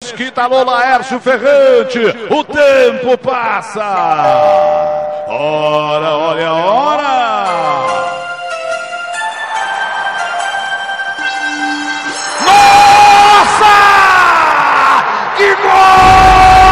Mesquita, alô, Laércio Ferrante, o tempo passa. Ora, olha a hora. Nossa! Que gol!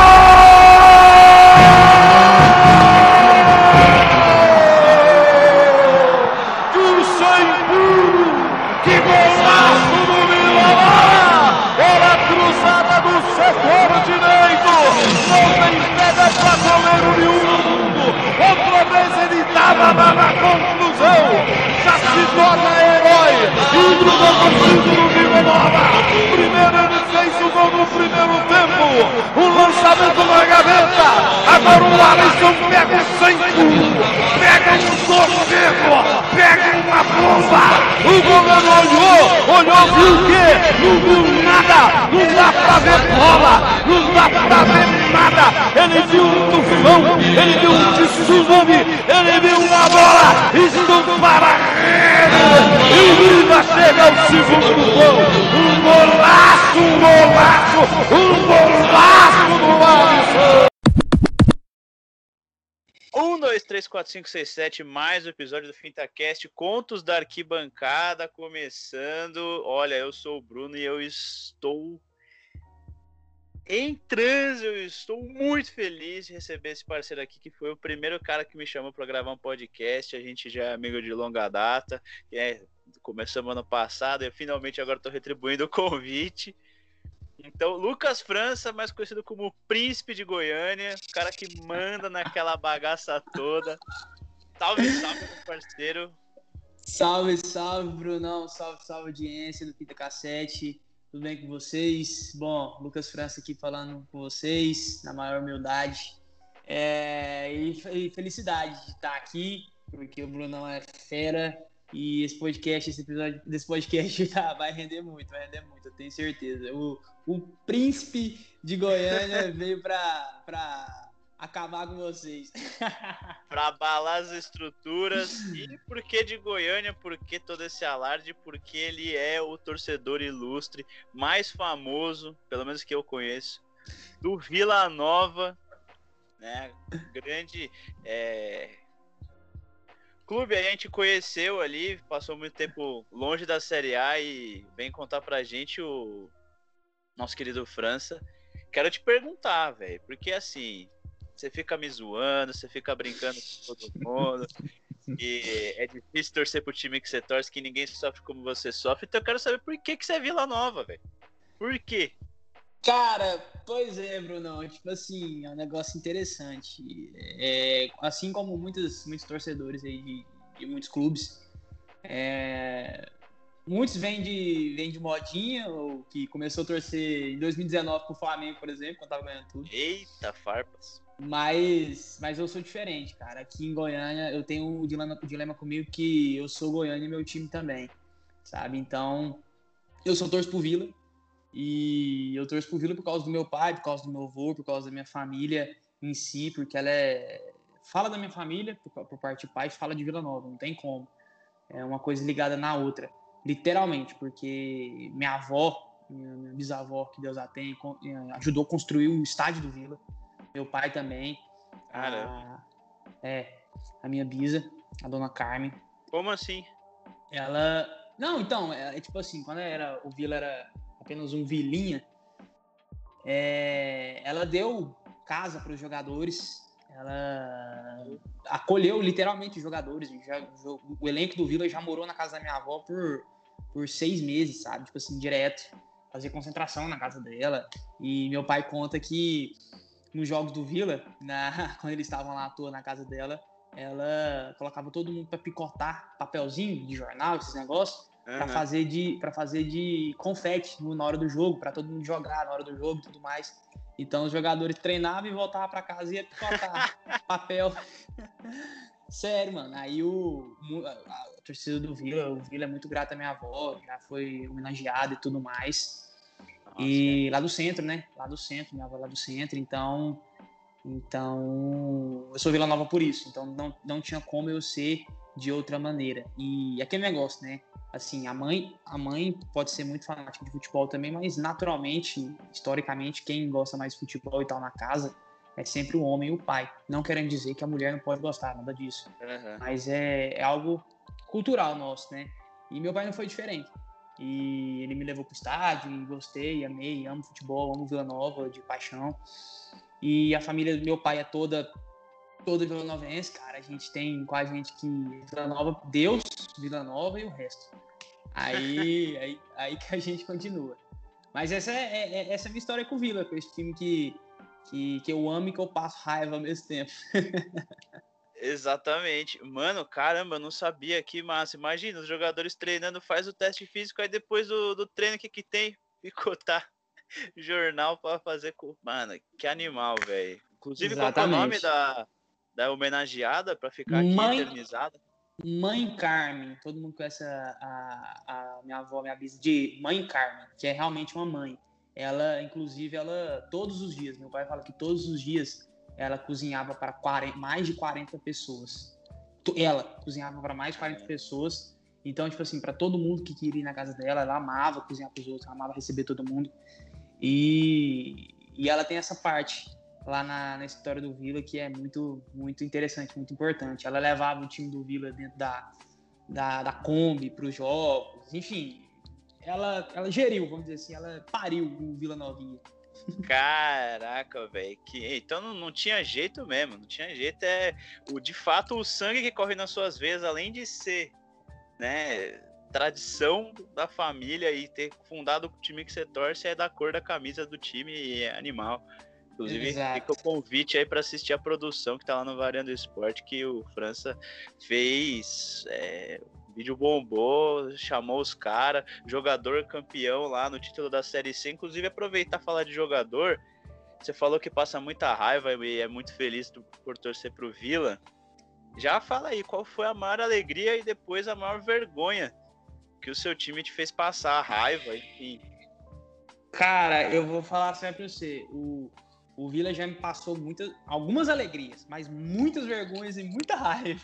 Na conclusão, já se torna herói e o Bruno Gonçalves no Vila Nova. Primeiro ele fez o gol no primeiro tempo, um lançamento na gaveta. Agora o Alisson pega o centro, pega um torcedor, pega uma bomba. O goleiro olhou, viu o quê? Não viu nada, não dá pra ver bola, não dá pra ver nada. Ele viu um tufão, ele viu um tsunami, ele viu uma bola, estufar a rede, e Lima chega ao segundo gol. Um golaço do Alisson. 1, 2, 3, 4, 5, 6, 7, mais um episódio do FintaCast, Contos da Arquibancada, começando. Olha, eu sou o Bruno e eu estou em transe, eu estou muito feliz de receber esse parceiro aqui, que foi o primeiro cara que me chamou para gravar um podcast. A gente já é amigo de longa data, começamos ano passado e finalmente agora estou retribuindo o convite. Então, Lucas França, mais conhecido como o Príncipe de Goiânia, o cara que manda naquela bagaça toda. Salve, salve, meu parceiro. Salve, salve, Brunão. Salve, salve, audiência do Fita Cassete. Tudo bem com vocês? Bom, Lucas França aqui falando com vocês, na maior humildade. E felicidade de estar aqui, porque o Brunão é fera. E esse episódio desse podcast vai render muito, eu tenho certeza. O Príncipe de Goiânia veio pra acabar com vocês. Pra abalar as estruturas. E por que de Goiânia? Por que todo esse alarde? Porque ele é o torcedor ilustre mais famoso, pelo menos que eu conheço, do Vila Nova, né? Grande clube. A gente conheceu ali, passou muito tempo longe da Série A e vem contar pra gente o nosso querido França. Quero te perguntar, velho, porque assim, você fica me zoando, você fica brincando com todo mundo, e é difícil torcer pro time que você torce, que ninguém sofre como você sofre, então eu quero saber por que você é Vila Nova, velho. Por quê? Cara, pois é, Brunão, tipo assim, é um negócio interessante. Assim como muitos torcedores aí de muitos clubes, muitos vêm de modinha, ou que começou a torcer em 2019 pro Flamengo, por exemplo, quando tava ganhando tudo. Eita, farpas. Mas eu sou diferente, cara. Aqui em Goiânia eu tenho um dilema comigo que eu sou Goiânia e meu time também, sabe? Então, eu só torço pro Vila. E eu torço pro Vila por causa do meu pai, por causa do meu avô, por causa da minha família em si, porque ela fala da minha família, por parte de pai, fala de Vila Nova, não tem como. É uma coisa ligada na outra, literalmente, porque minha avó, minha bisavó, que Deus a tenha, ajudou a construir o estádio do Vila. Meu pai também. Caramba. A minha bisa, a dona Carmen. Como assim? Ela... Não, então, tipo assim, quando o Vila era apenas um vilinha, ela deu casa para os jogadores, ela acolheu literalmente os jogadores, o elenco do Vila já morou na casa da minha avó por 6 meses, sabe, tipo assim, direto, fazer concentração na casa dela. E meu pai conta que nos jogos do Vila, quando eles estavam lá à toa na casa dela, ela colocava todo mundo para picotar papelzinho de jornal, esses negócios, para fazer de confete na hora do jogo, para todo mundo jogar na hora do jogo e tudo mais. Então os jogadores treinavam e voltavam para casa e ia picotar papel. Sério, mano. Aí a torcida do Vila, o Vila é muito grato à minha avó, já foi homenageada e tudo mais. Nossa, e lá do centro, né? Minha avó lá do centro, então eu sou Vila Nova por isso. Então não tinha como eu ser de outra maneira. E aquele negócio, né? Assim, a mãe pode ser muito fanática de futebol também, mas naturalmente, historicamente, quem gosta mais de futebol e tal na casa é sempre o homem e o pai. Não querendo dizer que a mulher não pode gostar, nada disso. Aham. Mas é algo cultural nosso, né? E meu pai não foi diferente. E ele me levou pro estádio e gostei, amei, amo futebol, amo Vila Nova de paixão. E a família do meu pai é toda vilanovense, cara. A gente tem com a gente que Vila Nova, Deus, Vila Nova e o resto. Aí que a gente continua. Mas essa é a minha história com o Vila, com esse time que eu amo e que eu passo raiva ao mesmo tempo. Exatamente. Mano, caramba, eu não sabia, que massa. Imagina, os jogadores treinando, faz o teste físico, aí depois do treino, que tem? Picotar jornal pra fazer... Mano, que animal, velho. Inclusive, qual que é o nome Exatamente. da homenageada pra ficar aqui eternizada? Mãe Carmen, todo mundo conhece a minha avó, minha bisa, de Mãe Carmen, que é realmente uma mãe. Ela, inclusive, todos os dias, meu pai fala que todos os dias ela cozinhava para mais de 40 pessoas. Ela cozinhava para mais de 40 pessoas. Então, tipo assim, para todo mundo que queria ir na casa dela, ela amava cozinhar para os outros, amava receber todo mundo. E ela tem essa parte lá na história do Vila que é muito, muito interessante, muito importante. Ela levava o time do Vila dentro da Kombi para os jogos, enfim. Ela geriu, vamos dizer assim, ela pariu o Vila Novinha. Caraca, velho. Então não tinha jeito mesmo, não tinha jeito. De fato, o sangue que corre nas suas veias, além de ser, né, tradição da família e ter fundado o time que você torce, é da cor da camisa do time e é animal. Inclusive, fica o convite aí para assistir a produção que tá lá no Variando Esporte, que o França fez. O vídeo bombou, chamou os caras, jogador campeão lá no título da Série C. Inclusive, aproveitar e falar de jogador. Você falou que passa muita raiva e é muito feliz por torcer pro Vila. Já fala aí, qual foi a maior alegria e depois a maior vergonha que o seu time te fez passar, a raiva, enfim. Cara, eu vou falar sempre pra você, o Vila já me passou algumas alegrias, mas muitas vergonhas e muita raiva.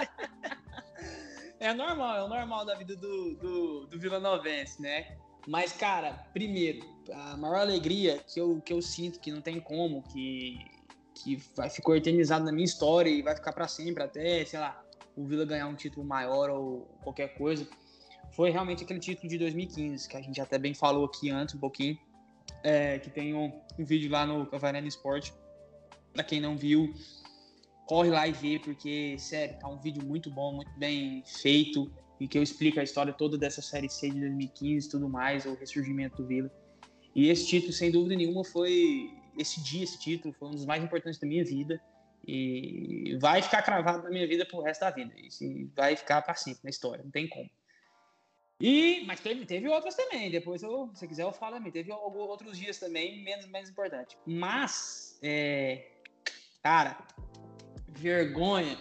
É o normal da vida do vilanovense, né? Mas, cara, primeiro, a maior alegria que eu sinto, que não tem como, que ficou eternizado na minha história e vai ficar para sempre, até, sei lá, o Vila ganhar um título maior ou qualquer coisa, foi realmente aquele título de 2015, que a gente até bem falou aqui antes um pouquinho, que tem um vídeo lá no Variando Esporte. Pra quem não viu, corre lá e vê, porque, sério, tá um vídeo muito bom, muito bem feito, e que eu explico a história toda dessa Série C de 2015 e tudo mais, o ressurgimento do Vila. E esse título, sem dúvida nenhuma, esse título foi um dos mais importantes da minha vida, e vai ficar cravado na minha vida pro resto da vida. Isso vai ficar para sempre na história, não tem como. Mas teve outras também, depois, se você quiser, eu falo também. Teve outros dias também, menos importante. Mas, cara, vergonha.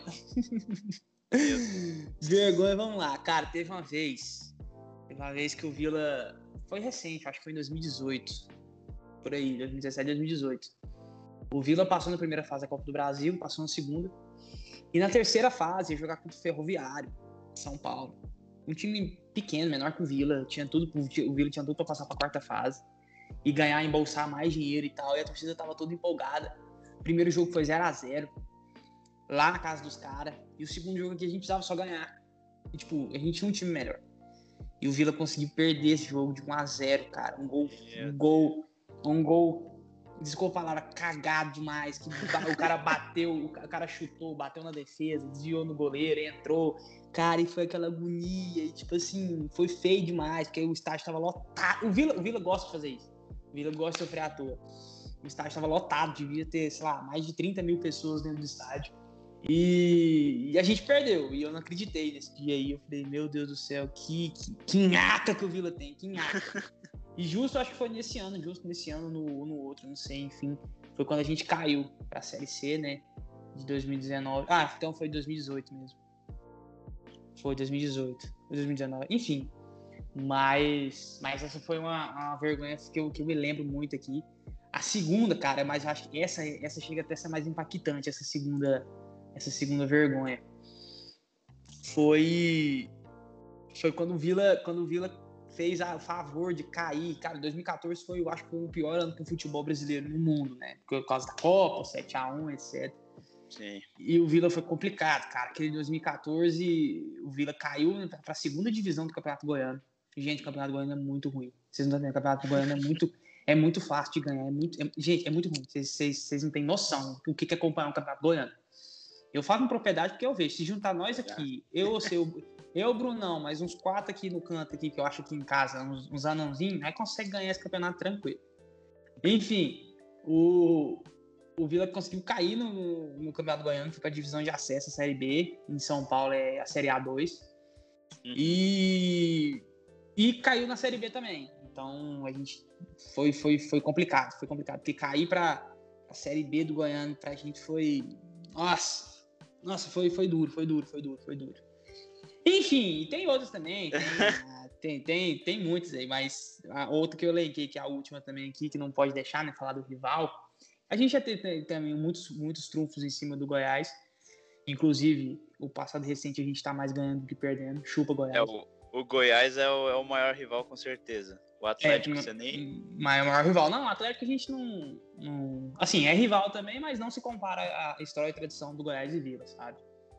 Vergonha, vamos lá. Cara, teve uma vez que o Vila... Foi recente, acho que foi em 2018. Por aí, 2017, 2018. O Vila passou na primeira fase da Copa do Brasil, passou na segunda. E na terceira fase, ia jogar contra o Ferroviário, São Paulo. Um time pequeno, menor que o Vila. O Vila tinha tudo pra passar pra quarta fase. E ganhar, embolsar mais dinheiro e tal. E a torcida tava toda empolgada. O primeiro jogo foi 0-0. Lá na casa dos caras. E o segundo jogo aqui a gente precisava só ganhar. E, tipo, a gente tinha um time melhor. E o Vila conseguiu perder esse jogo de 1-0, cara. Um gol, desculpa a palavra, cagado demais. Que o cara bateu, o cara chutou, bateu na defesa, desviou no goleiro, entrou. Cara, e foi aquela agonia. E, tipo assim, foi feio demais, porque o estádio tava lotado. O Vila gosta de fazer isso. O Vila gosta de sofrer à toa. O estádio tava lotado, devia ter, sei lá, mais de 30 mil pessoas dentro do estádio. E a gente perdeu, e eu não acreditei nesse dia aí. Eu falei, meu Deus do céu, que nhaca que o Vila tem, que nhaca. E acho que foi nesse ano, no outro, não sei, enfim. Foi quando a gente caiu pra Série C, né, de 2019. Ah, então foi 2018 mesmo. Foi 2018, foi 2019, enfim. Mas essa foi uma vergonha que eu me lembro muito aqui. A segunda, cara, mas eu acho que essa chega até a ser mais impactante, essa segunda vergonha. Foi foi quando o Vila fez a favor de cair. Cara, 2014 foi, eu acho que foi o pior ano pro futebol brasileiro no mundo, né? Por causa da Copa, 7-1, etc. Sim. E o Vila foi complicado, cara. Aquele 2014, o Vila caiu pra segunda divisão do Campeonato Goiano. Gente, o Campeonato Goiano é muito ruim. Vocês não entendem, o Campeonato Goiano é muito fácil de ganhar. Gente, é muito ruim. Vocês não têm noção do que é acompanhar um Campeonato Goiano. Eu falo com propriedade porque eu vejo. Se juntar nós aqui, eu, Brunão, mais uns 4 aqui no canto, aqui, que eu acho aqui em casa, uns anãozinhos, aí consegue ganhar esse campeonato tranquilo. Enfim, o Vila conseguiu cair no Campeonato Goiano, foi para a divisão de acesso, a Série B. Em São Paulo é a Série A2. E caiu na Série B também. Então, a gente foi complicado. Foi complicado, porque cair para a Série B do Goiano pra gente foi... Nossa, foi duro. Enfim, tem outros também. Tem muitos aí, mas a outra que eu elenquei, que é a última também aqui, que não pode deixar, né? Falar do rival. A gente já teve também muitos trunfos em cima do Goiás. Inclusive, o passado recente a gente tá mais ganhando do que perdendo. Chupa Goiás. O Goiás é o maior rival, com certeza. O Atlético, você nem... Maior rival. Não, o Atlético a gente não... Assim, é rival também, mas não se compara à história e tradição do Goiás e Vila, sabe?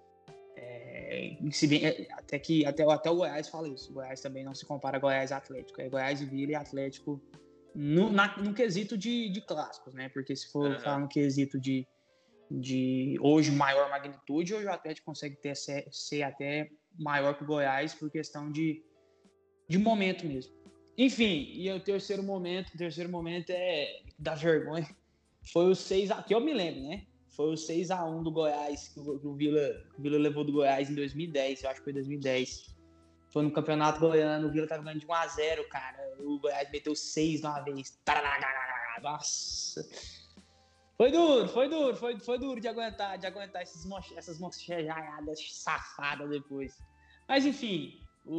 Se bem, até o Goiás fala isso. O Goiás também não se compara a Goiás e Atlético. É Goiás e Vila e Atlético no quesito de clássicos, né? Porque se for falar no quesito de hoje maior magnitude, hoje o Atlético consegue ser até maior que o Goiás por questão de momento mesmo. Enfim, e o terceiro momento é da vergonha. Foi o 6-1, que eu me lembro, né? Foi o 6-1 do Goiás, que o Vila levou do Goiás em 2010, eu acho que foi 2010. Foi no Campeonato Goiano, o Vila tava ganhando de 1-0, cara. O Goiás meteu 6 de uma vez. Nossa. Foi duro de aguentar essas mochejaiadas safadas depois. Mas enfim,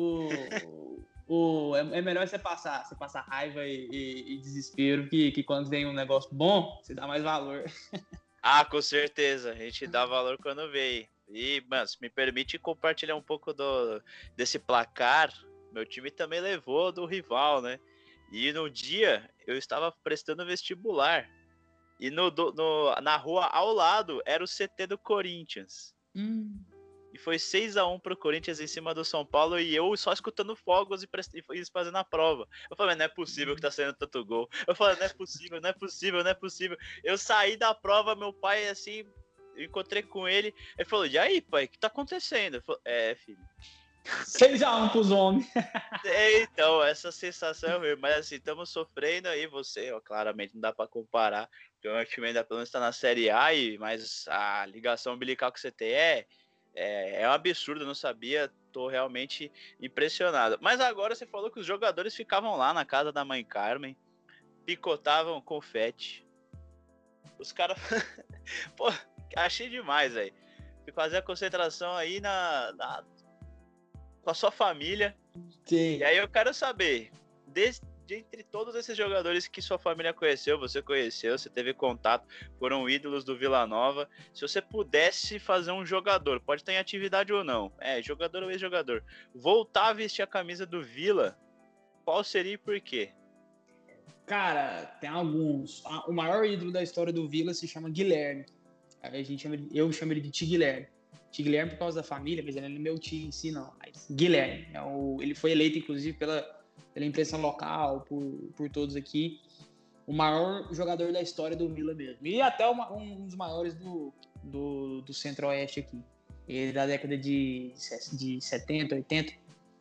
é melhor você passar raiva e desespero que quando vem um negócio bom, você dá mais valor. Ah, com certeza. A gente dá valor quando vem. E, mano, se me permite compartilhar um pouco desse placar, meu time também levou do rival, né? E no dia eu estava prestando vestibular. E na rua ao lado era o CT do Corinthians. E foi 6-1 pro Corinthians em cima do São Paulo e eu só escutando fogos e fazendo a prova. Eu falei, não é possível que tá saindo tanto gol. Eu falei, não é possível. Eu saí da prova, meu pai, assim, eu encontrei com ele. Ele falou, e aí, pai, o que tá acontecendo? Eu falei, filho. 6-1 pros homens. Então, essa sensação é ruim, mas assim, estamos sofrendo aí, você, ó, claramente não dá pra comparar, porque o meu time ainda pelo menos tá na Série A, mas a ligação umbilical que você tem é um absurdo, eu não sabia, tô realmente impressionado. Mas agora você falou que os jogadores ficavam lá na casa da mãe Carmen, picotavam confete. Os caras... Pô, achei demais, velho. Fazer a concentração aí com a sua família. Sim. E aí eu quero saber, entre todos esses jogadores que sua família conheceu, você teve contato, foram ídolos do Vila Nova, se você pudesse fazer um jogador, pode estar em atividade ou não, jogador ou ex-jogador, voltar a vestir a camisa do Vila, qual seria e por quê? Cara, tem alguns. O maior ídolo da história do Vila se chama Guilherme. Eu chamo ele de Tio Guilherme. Tio Guilherme por causa da família, mas ele não é meu tio em si, não. Mas Guilherme, ele foi eleito, inclusive, pela imprensa local, por todos aqui, o maior jogador da história do Vila mesmo. E até um dos maiores do Centro-Oeste aqui. Ele é da década de 70, 80.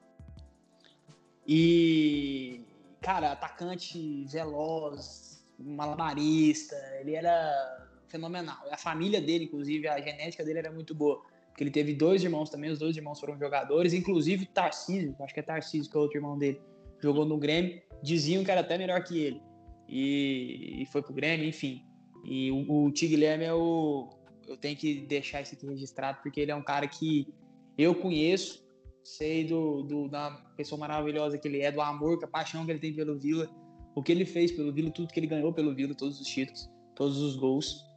E, cara, atacante veloz, malabarista, ele era fenomenal. A família dele, inclusive, a genética dele era muito boa. Porque ele teve 2 irmãos também, os 2 irmãos foram jogadores, inclusive Tarcísio, acho que é Tarcísio, que é o outro irmão dele, jogou no Grêmio, diziam que era até melhor que ele, e foi pro Grêmio, enfim. E o Tio Guilherme eu tenho que deixar isso aqui registrado, porque ele é um cara que eu conheço, sei da pessoa maravilhosa que ele é, do amor, da paixão que ele tem pelo Vila, o que ele fez pelo Vila, tudo que ele ganhou pelo Vila, todos os títulos, todos os gols.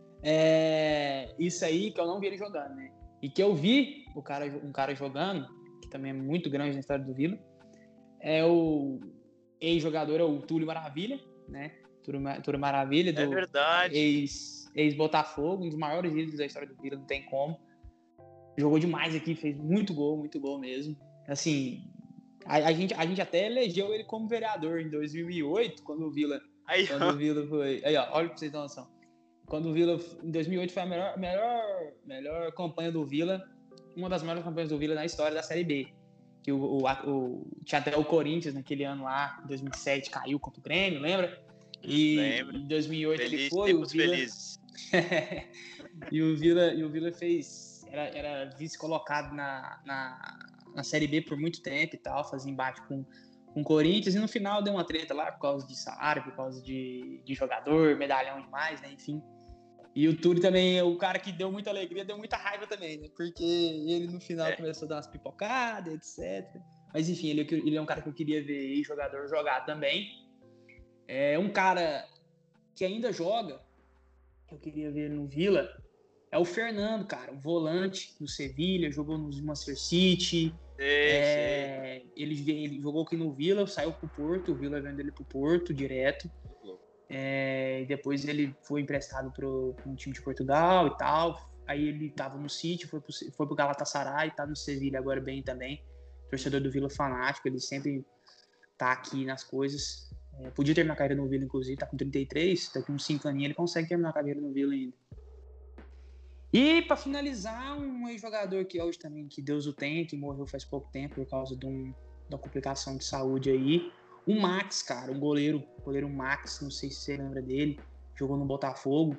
Isso aí que eu não vi ele jogando, né? E que eu vi um cara jogando que também é muito grande na história do Vila. É o ex-jogador, é o Túlio Maravilha, né? Túlio Maravilha, do verdade. ex-Botafogo, um dos maiores ídolos da história do Vila, não tem como. Jogou demais aqui, fez muito gol mesmo. Assim, a gente até elegeu ele como vereador em 2008, quando o Vila Aí, foi... Aí, ó, olha pra vocês terem noção. Quando o Vila, em 2008, foi a melhor campanha do Vila, uma das melhores campanhas do Vila na história da Série B. Que tinha até o Corinthians naquele ano lá, em 2007, caiu contra o Grêmio, lembra? E lembro. Em 2008 ele foi, tempos felizes. e o Vila fez, era vice-colocado na Série B por muito tempo e tal, fazia embate com o Corinthians, e no final deu uma treta lá por causa de salário, por causa de jogador, medalhão demais, né, enfim. E o Túlio também é o cara que deu muita alegria, deu muita raiva também, né? Porque ele no final começou a dar umas pipocadas, etc. Mas enfim, ele é um cara que eu queria ver jogador jogar também. É um cara que ainda joga, que eu queria ver no Vila, é o Fernando, cara, o volante do Sevilha, jogou no Manchester City. Sei. Ele jogou aqui no Vila, saiu pro Porto, o Vila vendeu ele pro Porto direto. Depois ele foi emprestado para um time de Portugal e tal. Aí ele tava no City, foi pro Galatasaray, tá no Sevilha agora bem também. Torcedor do Vila fanático, ele sempre tá aqui nas coisas. Podia terminar a carreira no Vila, inclusive, tá com 33, daqui uns 5 aninhos ele consegue terminar a carreira no Vila ainda. E para finalizar, um ex-jogador que hoje também, que Deus o tenha, que morreu faz pouco tempo por causa de uma complicação de saúde aí. O Max, cara, o goleiro Max, não sei se você lembra dele, jogou no Botafogo.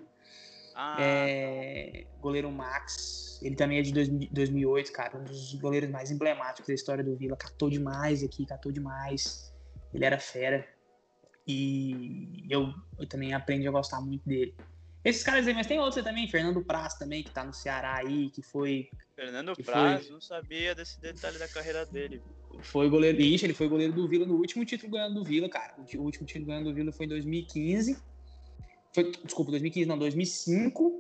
Goleiro Max, ele também é de 2008, cara, um dos goleiros mais emblemáticos da história do Vila. Catou demais. Ele era fera. E eu também aprendi a gostar muito dele. Esses caras aí, mas tem outros aí também, Fernando Praz também, que tá no Ceará aí, que foi... Fernando Praz, não sabia desse detalhe da carreira dele. Foi goleiro, ele foi goleiro do Vila no último título ganhando do Vila, cara. O último título ganhando do Vila foi em 2015. 2015 não, 2005.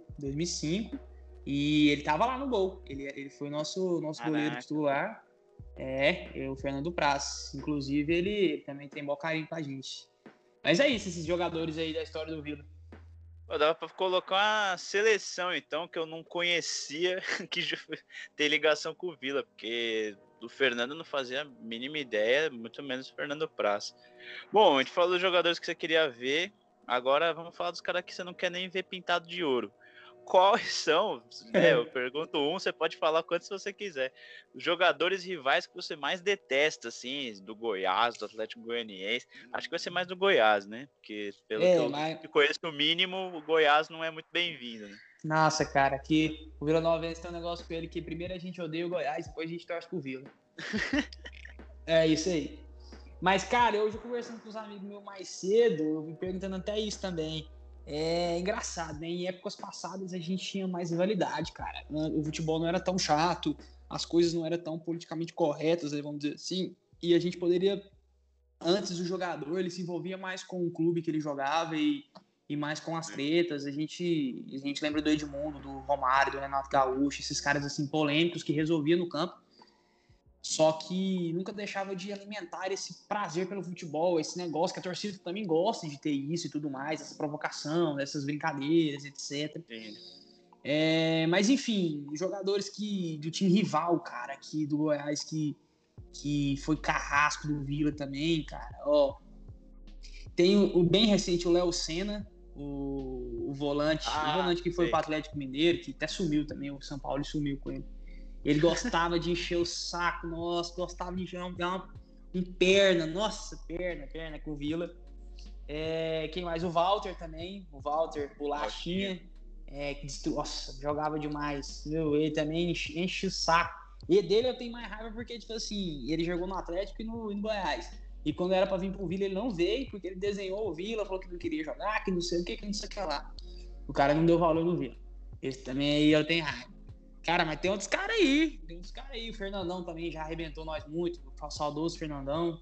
E ele tava lá no gol. Ele foi nosso goleiro titular. O Fernando Praz. Inclusive, ele também tem bom carinho com a gente. Mas é isso, esses jogadores aí da história do Vila. Dava pra colocar uma seleção, então, que eu não conhecia, que tem ligação com o Vila, porque do Fernando não fazia a mínima ideia, muito menos o Fernando Praz. Bom, a gente falou dos jogadores que você queria ver, agora vamos falar dos caras que você não quer nem ver pintado de ouro. Quais são, né, eu pergunto você pode falar quantos você quiser, os jogadores rivais que você mais detesta, assim, do Goiás, do Atlético Goianiense. Acho que vai ser mais do Goiás, né, porque pelo que eu conheço no mínimo, o Goiás não é muito bem-vindo, né. Nossa, cara, aqui o Vila Novense tem um negócio com ele que primeiro a gente odeia o Goiás, depois a gente torce pro Vila. É isso aí. Mas, cara, hoje conversando com os amigos meus mais cedo, eu me perguntando até isso também. É engraçado, né? Em épocas passadas a gente tinha mais rivalidade, cara. O futebol não era tão chato, as coisas não eram tão politicamente corretas, vamos dizer assim. E a gente poderia, antes o jogador, ele se envolvia mais com o clube que ele jogava e mais com as tretas. A gente lembra do Edmundo, do Romário, do Renato Gaúcho, esses caras assim polêmicos que resolviam no campo. Só que nunca deixava de alimentar esse prazer pelo futebol, esse negócio que a torcida também gosta de ter isso e tudo mais, essa provocação, essas brincadeiras, etc. Mas enfim, jogadores do time rival, cara, aqui do Goiás, que foi carrasco do Vila também, cara. Tem o bem recente, o Léo Senna, o volante que foi pro Atlético Mineiro, que até sumiu também, o São Paulo sumiu com ele. Ele gostava de encher o saco, gostava de encher uma perna com o Vila. Quem mais? O Walter também, bolachinha, jogava demais. Ele também enche o saco. E dele eu tenho mais raiva porque, tipo assim, ele jogou no Atlético e no Goiás. E quando era pra vir pro Vila, ele não veio, porque ele desenhou o Vila, falou que não queria jogar, que não sei o que não sei o que lá. O cara não deu valor no Vila. Esse também aí eu tenho raiva. Cara, mas tem outros caras aí. O Fernandão também já arrebentou nós muito. O saudoso Fernandão.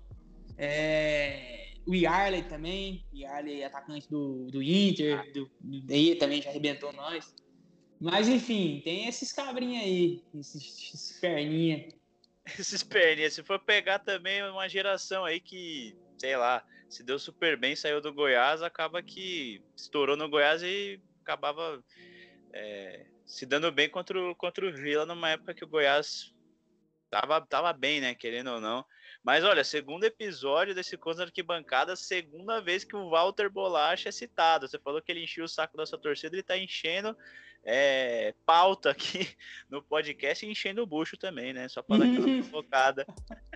O Yarley também. O Yarley, atacante do Inter. Daí também já arrebentou nós. Mas enfim, tem esses cabrinhos aí. Esses perninha. Esses perninhas. Se for pegar também uma geração aí que, sei lá, se deu super bem, saiu do Goiás, acaba que estourou no Goiás e acabava se dando bem contra o Vila numa época que o Goiás tava bem, né? Querendo ou não. Mas olha, segundo episódio desse Contos da Arquibancada, segunda vez que o Walter Bolacha é citado. Você falou que ele encheu o saco da sua torcida, ele tá enchendo pauta aqui no podcast e enchendo o bucho também, né? Só para dar aquela focada.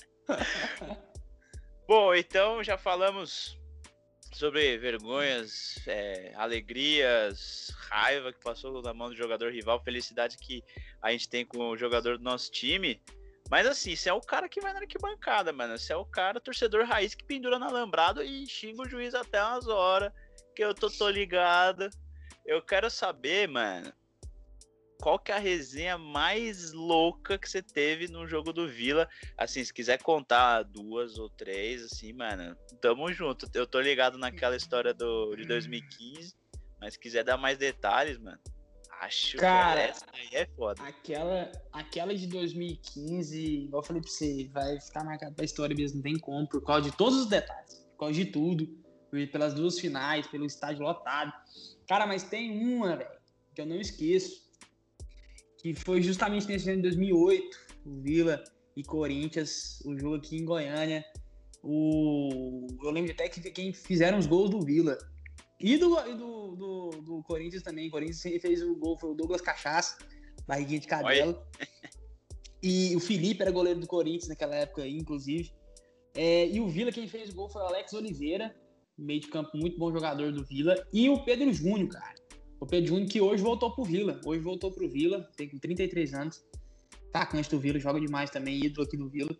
Bom, então já falamos sobre vergonhas, alegrias, raiva que passou na mão do jogador rival, felicidade que a gente tem com o jogador do nosso time. Mas assim, você é o cara que vai na arquibancada, mano. Você é o cara, torcedor raiz, que pendura no alambrado e xinga o juiz até umas horas, que eu tô ligado. Eu quero saber, mano, qual que é a resenha mais louca que você teve no jogo do Vila? Assim, se quiser contar 2 ou 3, assim, mano, tamo junto. Eu tô ligado naquela história de 2015, mas se quiser dar mais detalhes, mano, acho Cara, que essa aí é foda. Aquela de 2015, igual eu falei pra você, vai ficar marcado pra história mesmo, não tem como, por causa de todos os detalhes, por causa de tudo, pelas 2 finais, pelo estádio lotado. Cara, mas tem uma, velho, que eu não esqueço, que foi justamente nesse ano de 2008, o Vila e Corinthians, o jogo aqui em Goiânia. Eu lembro até que quem fizeram os gols do Vila e do Corinthians também. O Corinthians fez o gol, foi o Douglas Cachaça, barriguinha de cadela. E o Felipe era goleiro do Corinthians naquela época aí, inclusive. E o Vila, quem fez o gol foi o Alex Oliveira, meio de campo, muito bom jogador do Vila. E o Pedro Júnior, cara. O Pedro Júnior, que hoje voltou pro Vila. Tem 33 anos. Atacante do Vila, joga demais também, ídolo aqui do Vila.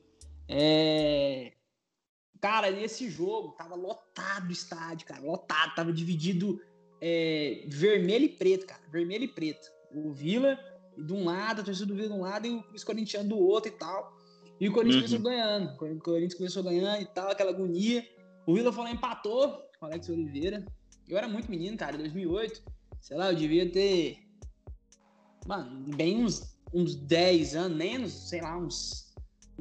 Cara, nesse jogo, tava lotado o estádio, cara. Lotado, tava dividido vermelho e preto, cara. Vermelho e preto. O Vila de um lado, a torcida do Vila de um lado e os corintianos do outro e tal. E o Corinthians começou ganhando. O Corinthians começou ganhando e tal, aquela agonia. O Vila falou, empatou com o Alex Oliveira. Eu era muito menino, cara, em 2008. Sei lá, eu devia ter, mano, bem uns 10 anos, menos, sei lá, uns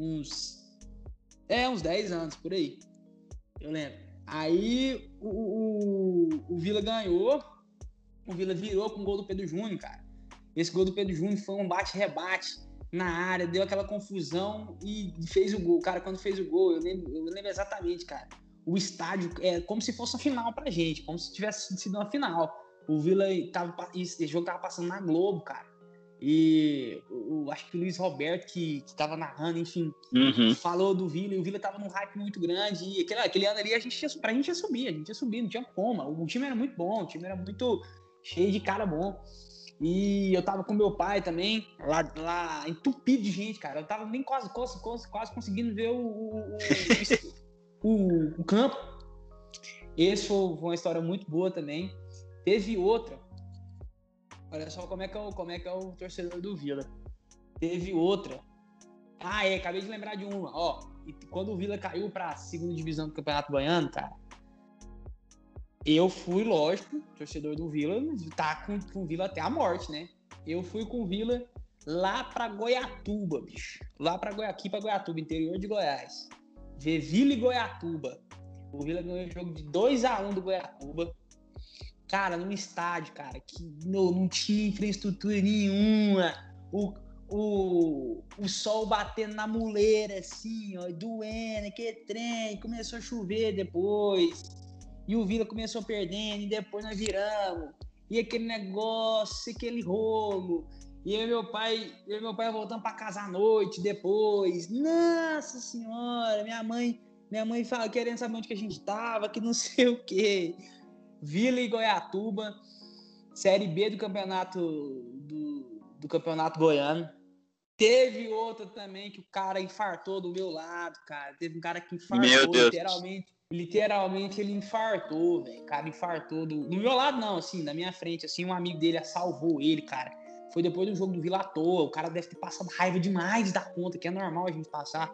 10 anos, por aí. Eu lembro. Aí o Vila ganhou, o Vila virou com o gol do Pedro Júnior, cara. Esse gol do Pedro Júnior foi um bate-rebate na área, deu aquela confusão e fez o gol. Cara, quando fez o gol, eu lembro exatamente, cara. O estádio é como se fosse uma final pra gente, como se tivesse sido uma final. O Vila esse jogo tava passando na Globo, cara. E acho que o Luiz Roberto, que tava narrando, enfim, falou do Vila, e o Vila tava num hype muito grande. E aquele ano ali, pra gente ia subir, não tinha como. O time era muito bom, o time era muito cheio de cara bom. E eu tava com meu pai também, lá entupido de gente, cara. Eu tava nem quase conseguindo ver o campo. Esse foi uma história muito boa também. Teve outra. Olha só como é que é o torcedor do Vila. Teve outra. Acabei de lembrar de uma. Quando o Vila caiu pra 2ª divisão do Campeonato Baiano, cara, eu fui, lógico, torcedor do Vila, tá com o Vila até a morte, né? Eu fui com o Vila lá pra Goiatuba, bicho. Aqui pra Goiatuba, interior de Goiás. Ver Vila e Goiatuba. O Vila ganhou o jogo de 2-1 do Goiatuba. Cara, num estádio, cara, que não tinha infraestrutura nenhuma. O sol batendo na muleira, assim, ó, doendo, que trem. Começou a chover depois. E o Vila começou perdendo, e depois nós viramos. E aquele negócio, aquele rolo. E eu e meu pai voltando pra casa à noite depois. Nossa senhora, minha mãe fala, querendo saber onde que a gente tava, que não sei o quê. Vila e Goiatuba, Série B do campeonato Goiano. Teve outra também que o cara infartou do meu lado, cara. Teve um cara que infartou, literalmente ele infartou, velho. O cara infartou do meu lado não, assim, na minha frente, assim, um amigo dele salvou ele, cara. Foi depois do jogo do Vila à toa. O cara deve ter passado raiva demais da conta, que é normal a gente passar.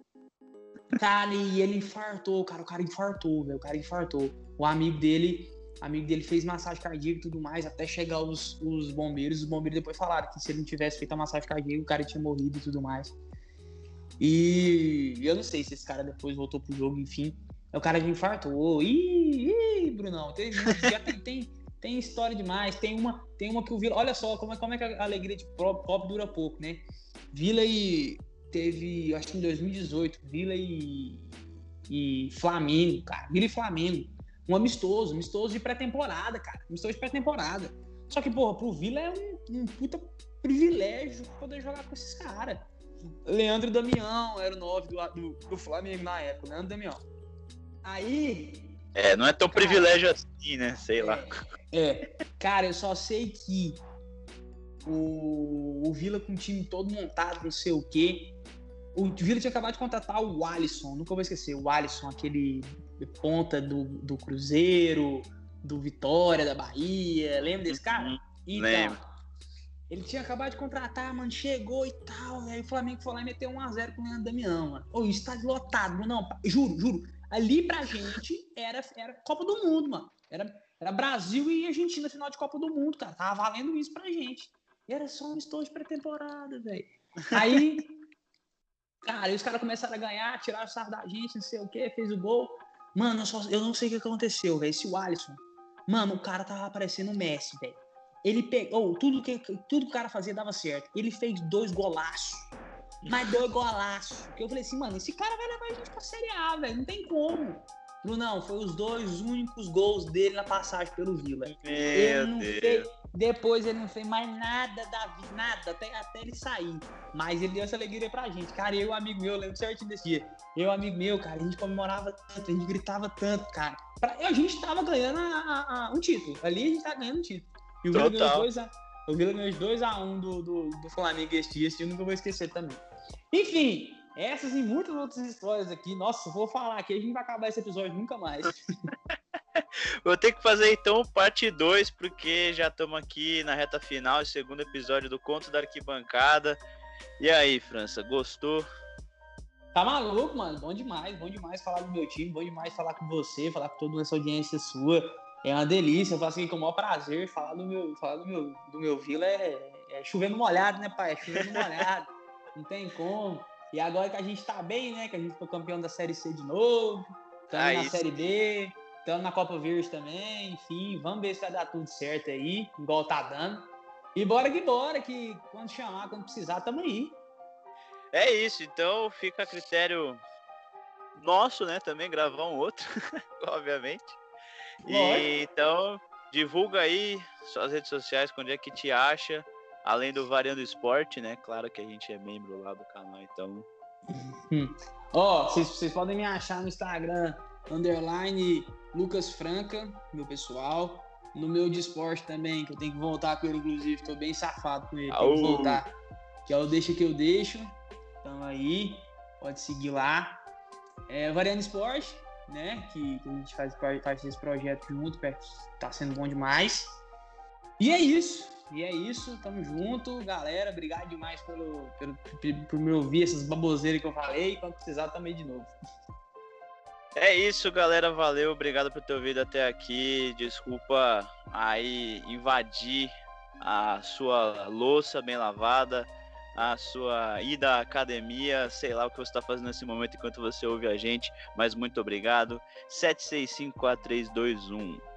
Cara, e ele infartou, cara. O cara infartou, velho. O amigo dele amigo dele fez massagem cardíaca e tudo mais, até chegar os bombeiros. Os bombeiros depois falaram que se ele não tivesse feito a massagem cardíaca, o cara tinha morrido e tudo mais. E eu não sei se esse cara depois voltou pro jogo, enfim. O cara já infartou. Ih, Brunão, já tem história demais. Tem uma que o Vila... Olha só como é que a alegria de pobre dura pouco, né? Vila e... Teve, acho que em 2018, Vila e Flamengo, cara. Vila e Flamengo. Um amistoso de pré-temporada, cara. Amistoso de pré-temporada. Só que, porra, pro Vila é um puta privilégio poder jogar com esses caras. Leandro Damião era o 9 do Flamengo na época, Leandro Damião. Aí... não é tão privilégio assim, né? Sei lá. Cara, eu só sei que o Vila com o time todo montado, não sei o quê. O Vila tinha acabado de contratar o Alisson, nunca vou esquecer. O Alisson, aquele ponta do Cruzeiro, do Vitória, da Bahia. Lembra desse cara? Então, lembro. Ele tinha acabado de contratar, mano, chegou e tal. Aí o Flamengo foi lá e meteu 1-0 com o Leandro Damião, mano. O estádio lotado, não, juro. Ali pra gente era Copa do Mundo, mano. Era Brasil e Argentina final de Copa do Mundo, cara. Tava valendo isso pra gente. E era só um estouro de pré-temporada, velho. Aí, cara, os caras começaram a ganhar, tiraram o sarro da gente, não sei o quê, fez o gol. Mano, eu não sei o que aconteceu, velho. Esse Alisson, mano, o cara tava parecendo o Messi, velho. Ele pegou, tudo que o cara fazia dava certo. Ele fez 2 golaços. Mas 2 golaços. Porque eu falei assim, mano, esse cara vai levar a gente pra Série A, velho. Não tem como. Brunão, foi os 2 únicos gols dele na passagem pelo Vila. Depois ele não fez mais nada da vida, nada, até ele sair. Mas ele deu essa alegria pra gente. Cara, eu e um amigo meu, eu lembro certinho desse dia. Eu e um amigo meu, cara, a gente comemorava tanto, a gente gritava tanto, cara. A gente tava ganhando um título. Ali a gente tava ganhando um título. E o Vila ganhou 2-1 do Flamengo esse dia eu nunca vou esquecer também. Enfim, essas e muitas outras histórias aqui. Nossa, vou falar aqui, a gente vai acabar esse episódio nunca mais. Vou ter que fazer então parte 2, porque já estamos aqui na reta final, o segundo episódio do Conto da Arquibancada. E aí, França, gostou? Tá maluco, mano? Bom demais falar do meu time, bom demais falar com você, falar com toda essa audiência sua. É uma delícia, eu faço aqui com o maior prazer. Falar do meu Vila é chovendo molhado, né, pai? É chovendo molhado, não tem como. E agora que a gente tá bem, né, que a gente foi campeão da Série C de novo, estamos na Série B, estamos na Copa Verde também, enfim, vamos ver se vai dar tudo certo aí, igual tá dando. E bora que quando chamar, quando precisar, tamo aí. É isso, então fica a critério nosso, né, também gravar um outro, obviamente. E então, divulga aí suas redes sociais, onde é que te acha, além do Variando Esporte, né? Claro que a gente é membro lá do canal, então. Vocês podem me achar no Instagram, _Lucas Franca, meu pessoal. No meu de esporte também, que eu tenho que voltar com ele, inclusive, tô bem safado com ele, tenho que voltar. Que é o Deixa Que Eu Deixo. Então aí, pode seguir lá. Variando Esporte, né? Que a gente faz esse projeto junto, tá sendo bom demais. E é isso, tamo junto, galera. Obrigado demais por me ouvir essas baboseiras que eu falei. Quando precisar, tamo aí de novo. É isso, galera. Valeu, obrigado por ter ouvido até aqui. Desculpa aí invadir a sua louça bem lavada, a sua ida à academia, sei lá o que você está fazendo nesse momento enquanto você ouve a gente, mas muito obrigado. 7654321